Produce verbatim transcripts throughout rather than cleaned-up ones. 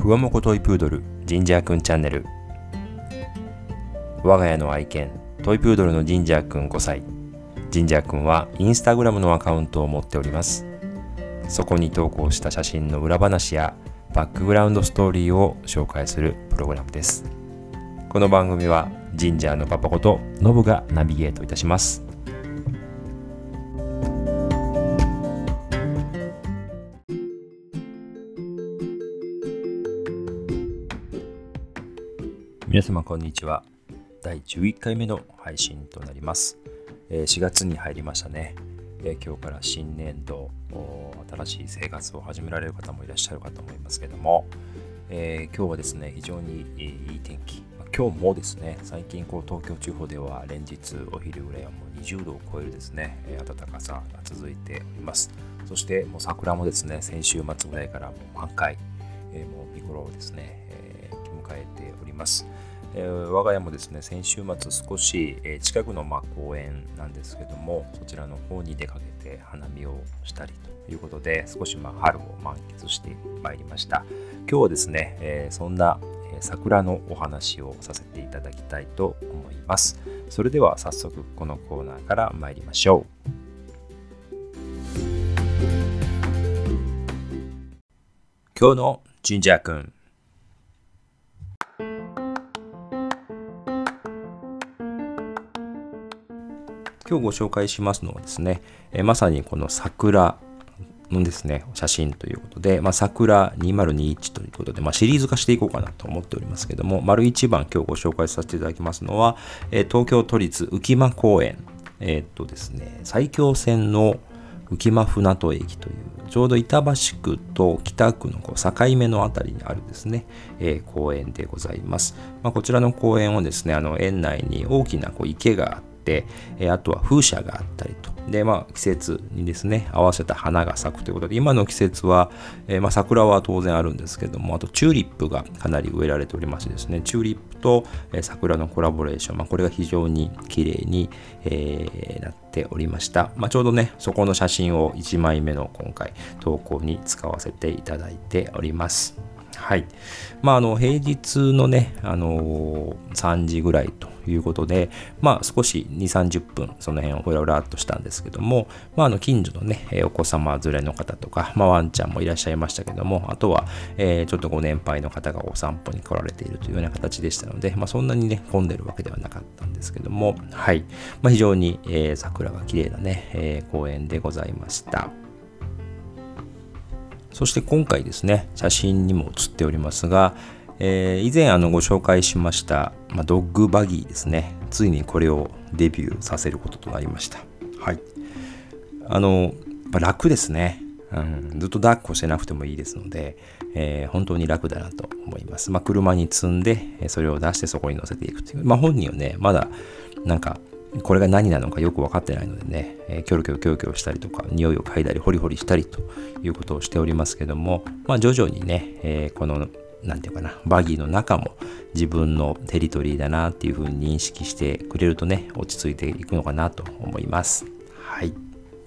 ふわもこトイプードルジンジャーくんチャンネル。我が家の愛犬トイプードルのジンジャーくんごさい。ジンジャーくんはインスタグラムのアカウントを持っております。そこに投稿した写真の裏話やバックグラウンドストーリーを紹介するプログラムです。この番組はジンジャーのパパことノブがナビゲートいたします。皆様こんにちは。だいじゅういっかいめの配信となります。しがつに入りましたね。今日から新年度、新しい生活を始められる方もいらっしゃるかと思いますけども、えー、今日はですね非常にいい天気。今日もですね、最近こう東京地方では連日お昼ぐらいはもうにじゅうどを超えるですね暖かさが続いております。そしてもう桜もですね先週末ぐらいからもう満開、えー、もう見頃をですね、えー、迎えております。えー、我が家もですね先週末少し、えー、近くのまあ公園なんですけども、そちらの方に出かけて花見をしたりということで少しまあ春を満喫してまいりました。今日はですね、えー、そんな桜のお話をさせていただきたいと思います。それでは早速このコーナーから参りましょう。今日のジンジャーくん。今日ご紹介しますのはですね、えまさにこの桜のですね写真ということで、まあ、桜にせんにじゅういちということで、まあ、シリーズ化していこうかなと思っておりますけども、丸一番今日ご紹介させていただきますのは、えー、東京都立浮間公園、えー、っとですね埼京線の浮間船渡駅というちょうど板橋区と北区のこう境目のあたりにあるですね、えー、公園でございます。まあ、こちらの公園はですね、あの園内に大きなこう池があってであとは風車があったりと、で、まあ、季節にですね合わせた花が咲くということで、今の季節は、えーまあ、桜は当然あるんですけども、あとチューリップがかなり植えられておりましてですね、チューリップと、えー、桜のコラボレーション、まあ、これが非常に綺麗に、えー、なっておりました。まあ、ちょうどねそこの写真をいちまいめの今回投稿に使わせていただいております。はい。まあ、あの、平日のね、あのー、さんじぐらいということで、まあ、少しに、さんじゅっぷん、その辺をふらふらっとしたんですけども、まあ、あの、近所のね、お子様連れの方とか、まあ、ワンちゃんもいらっしゃいましたけども、あとは、えー、ちょっとご年配の方がお散歩に来られているというような形でしたので、まあ、そんなにね、混んでるわけではなかったんですけども、はい。まあ、非常に、えー、桜が綺麗なね、えー、公園でございました。そして今回ですね、写真にも写っておりますが、えー、以前あのご紹介しました、まあ、ドッグバギーですね。ついにこれをデビューさせることとなりました。はい。あの、まあ、楽ですね、うん。ずっと抱っこしてなくてもいいですので、えー、本当に楽だなと思います。まあ、車に積んで、それを出してそこに乗せていくという。まあ、本人はね、まだなんか、これが何なのかよく分かってないのでね、えー、キョロキョロキョロキョロしたりとか、匂いを嗅いだりホリホリしたりということをしておりますけども、まあ徐々にね、えー、このなんていうかな、バギーの中も自分のテリトリーだなっていうふうに認識してくれるとね、落ち着いていくのかなと思います。はい。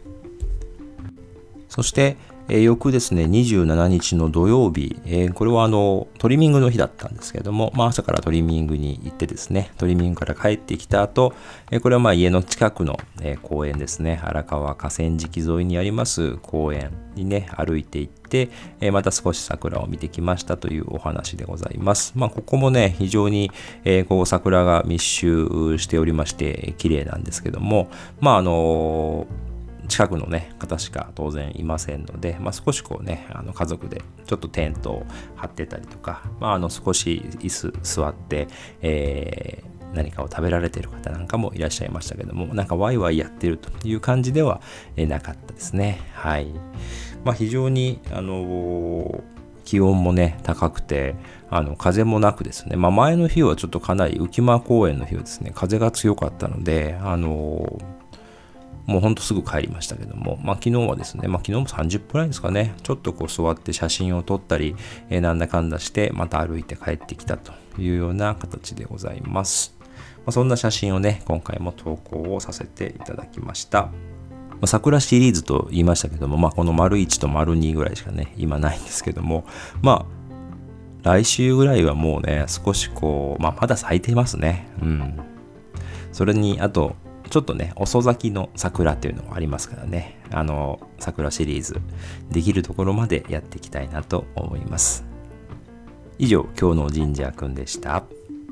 そして、えー、翌ですね、にじゅうしちにちの土曜日、えー、これはあのトリミングの日だったんですけれども、まあ、朝からトリミングに行ってですね、トリミングから帰ってきた後、えー、これはまあ家の近くの、えー、公園ですね、荒川河川敷沿いにあります公園にね、歩いて行って、えー、また少し桜を見てきましたというお話でございます。まあ、ここもね、非常に、えー、こう桜が密集しておりまして、綺麗なんですけども、まあ、あのー近くのね方しか当然いませんので、まあ、少しこうねあの家族でちょっとテントを張ってたりとか、まあ、あの少し椅子座って、えー、何かを食べられている方なんかもいらっしゃいましたけども、なんかワイワイやってるという感じではなかったですね。はい。まあ、非常にあのー気温もね高くて、あの風もなくですね、まあ、前の日はちょっとかなり浮間公園の日はですね風が強かったので、あのーもうほんとすぐ帰りましたけども、まあ、昨日はですね、まあ、昨日もさんじゅっぷんぐらいですかね、ちょっとこう座って写真を撮ったり、えー、なんだかんだしてまた歩いて帰ってきたというような形でございます。まあ、そんな写真をね今回も投稿をさせていただきました。まあ、桜シリーズと言いましたけども、まあ、この丸いちと丸にぐらいしかね今ないんですけども、まあ来週ぐらいはもうね、少しこう、まあまだ咲いてますね。うん。それに、あと、ちょっとね、遅咲きの桜っていうのもありますからね。あの、桜シリーズ、できるところまでやっていきたいなと思います。以上、今日のジンジャーくんでした。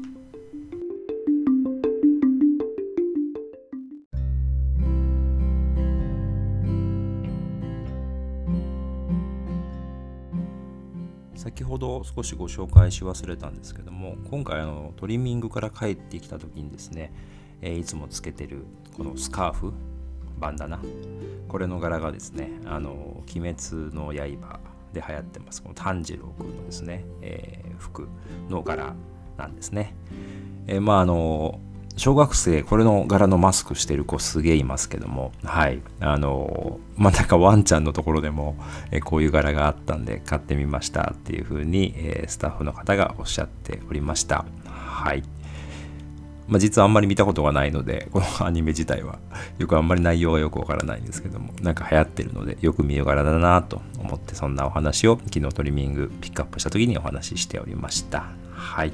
先ほど少しご紹介し忘れたんですけども、今回あのトリミングから帰ってきた時にですね、えー、いつもつけてるこのスカーフ、バンダナ、これの柄がですね、あの鬼滅の刃で流行ってます、この炭治郎くんのですね、えー、服の柄なんですね。えー、まああの小学生これの柄のマスクしてる子すげえいますけども、はいあのまあなんかワンちゃんのところでも、えこういう柄があったんで買ってみましたっていう風に、えー、スタッフの方がおっしゃっておりました。はい。まあ実はあんまり見たことがないので、このアニメ自体はよくあんまり内容はよくわからないんですけども、なんか流行ってるのでよく見る柄だなと思って、そんなお話を昨日トリミングピックアップした時にお話ししておりました。はい。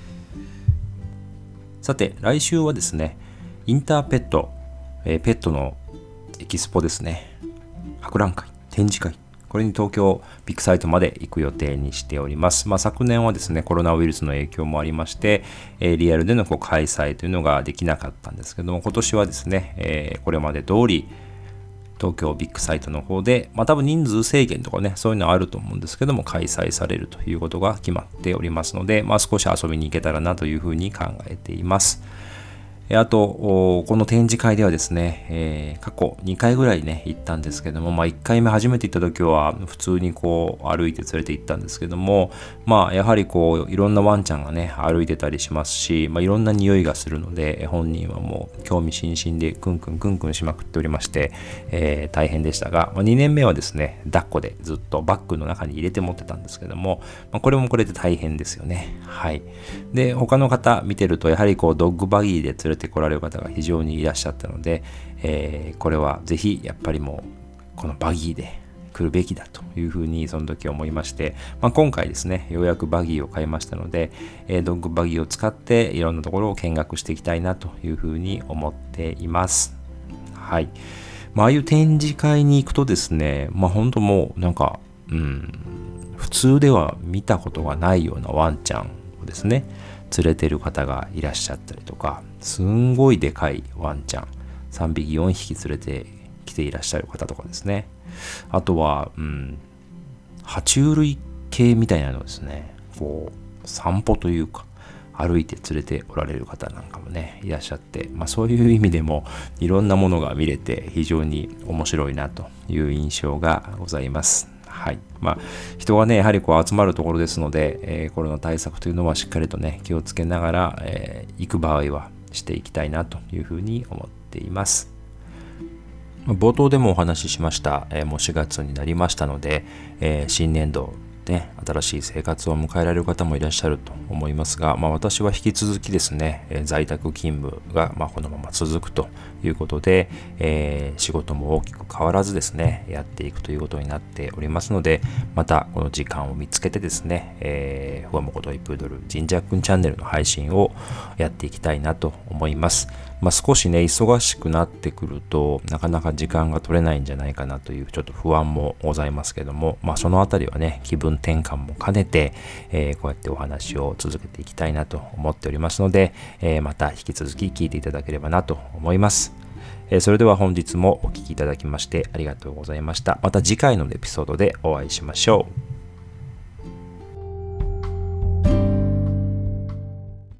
さて、来週はですね、インターペット、えー、ペットのエキスポですね、博覧会、展示会、これに東京ビッグサイトまで行く予定にしております。まあ、昨年はですね、コロナウイルスの影響もありまして、えー、リアルでのこう開催というのができなかったんですけども、今年はですね、えー、これまで通り、東京ビッグサイトの方で、まあ多分人数制限とかね、そういうのあると思うんですけども、開催されるということが決まっておりますので、まあ少し遊びに行けたらなというふうに考えています。あと、この展示会ではですね、えー、過去にかいぐらいね、行ったんですけども、まあいっかいめ初めて行った時は、普通にこう歩いて連れて行ったんですけども、まあやはりこう、いろんなワンちゃんがね、歩いてたりしますし、まあいろんな匂いがするので、本人はもう興味津々でクンクンクンクンしまくっておりまして、えー、大変でしたが、まあ、にねんめはですね、抱っこでずっとバッグの中に入れて持ってたんですけども、まあ、これもこれで大変ですよね。はい。で、他の方見てると、やはりこう、ドッグバギーで連れて来られる方が非常にいらっしゃったので、えー、これはぜひやっぱりもうこのバギーで来るべきだというふうにその時思いまして、まあ、今回ですねようやくバギーを買いましたので、えー、ドッグバギーを使っていろんなところを見学していきたいなというふうに思っています。はい。まあ、ああいう展示会に行くとですね、まあ本当もうなんか、うん、普通では見たことがないようなワンちゃんをですね連れてる方がいらっしゃったりとか、すんごいでかいワンちゃんさんびきよんひき連れてきていらっしゃる方とかですね、あとは、うん、爬虫類系みたいなのですね、こう散歩というか歩いて連れておられる方なんかもねいらっしゃって、まあ、そういう意味でもいろんなものが見れて非常に面白いなという印象がございます。はい。まあ、人がね、やはりこう集まるところですので、えー、コロナ対策というのはしっかりとね、気をつけながら、えー、行く場合はしていきたいなというふうに思っています。冒頭でもお話ししました、えー、もうしがつになりましたので、えー、新年度、ね、新しい生活を迎えられる方もいらっしゃると思いますが、まあ、私は引き続きですね、えー、在宅勤務がまあこのまま続くということで、えー、仕事も大きく変わらずですね、やっていくということになっておりますので、またこの時間を見つけてですね、えー、ふわもこトイプードルジンジャーくんチャンネルの配信をやっていきたいなと思います。まあ、少しね、忙しくなってくると、なかなか時間が取れないんじゃないかなというちょっと不安もございますけども、まあ、そのあたりはね、気分転換も兼ねて、えー、こうやってお話を続けていきたいなと思っておりますので、えー、また引き続き聞いていただければなと思います。えー、それでは本日もお聞きいただきましてありがとうございました。また次回のエピソードでお会いしましょう。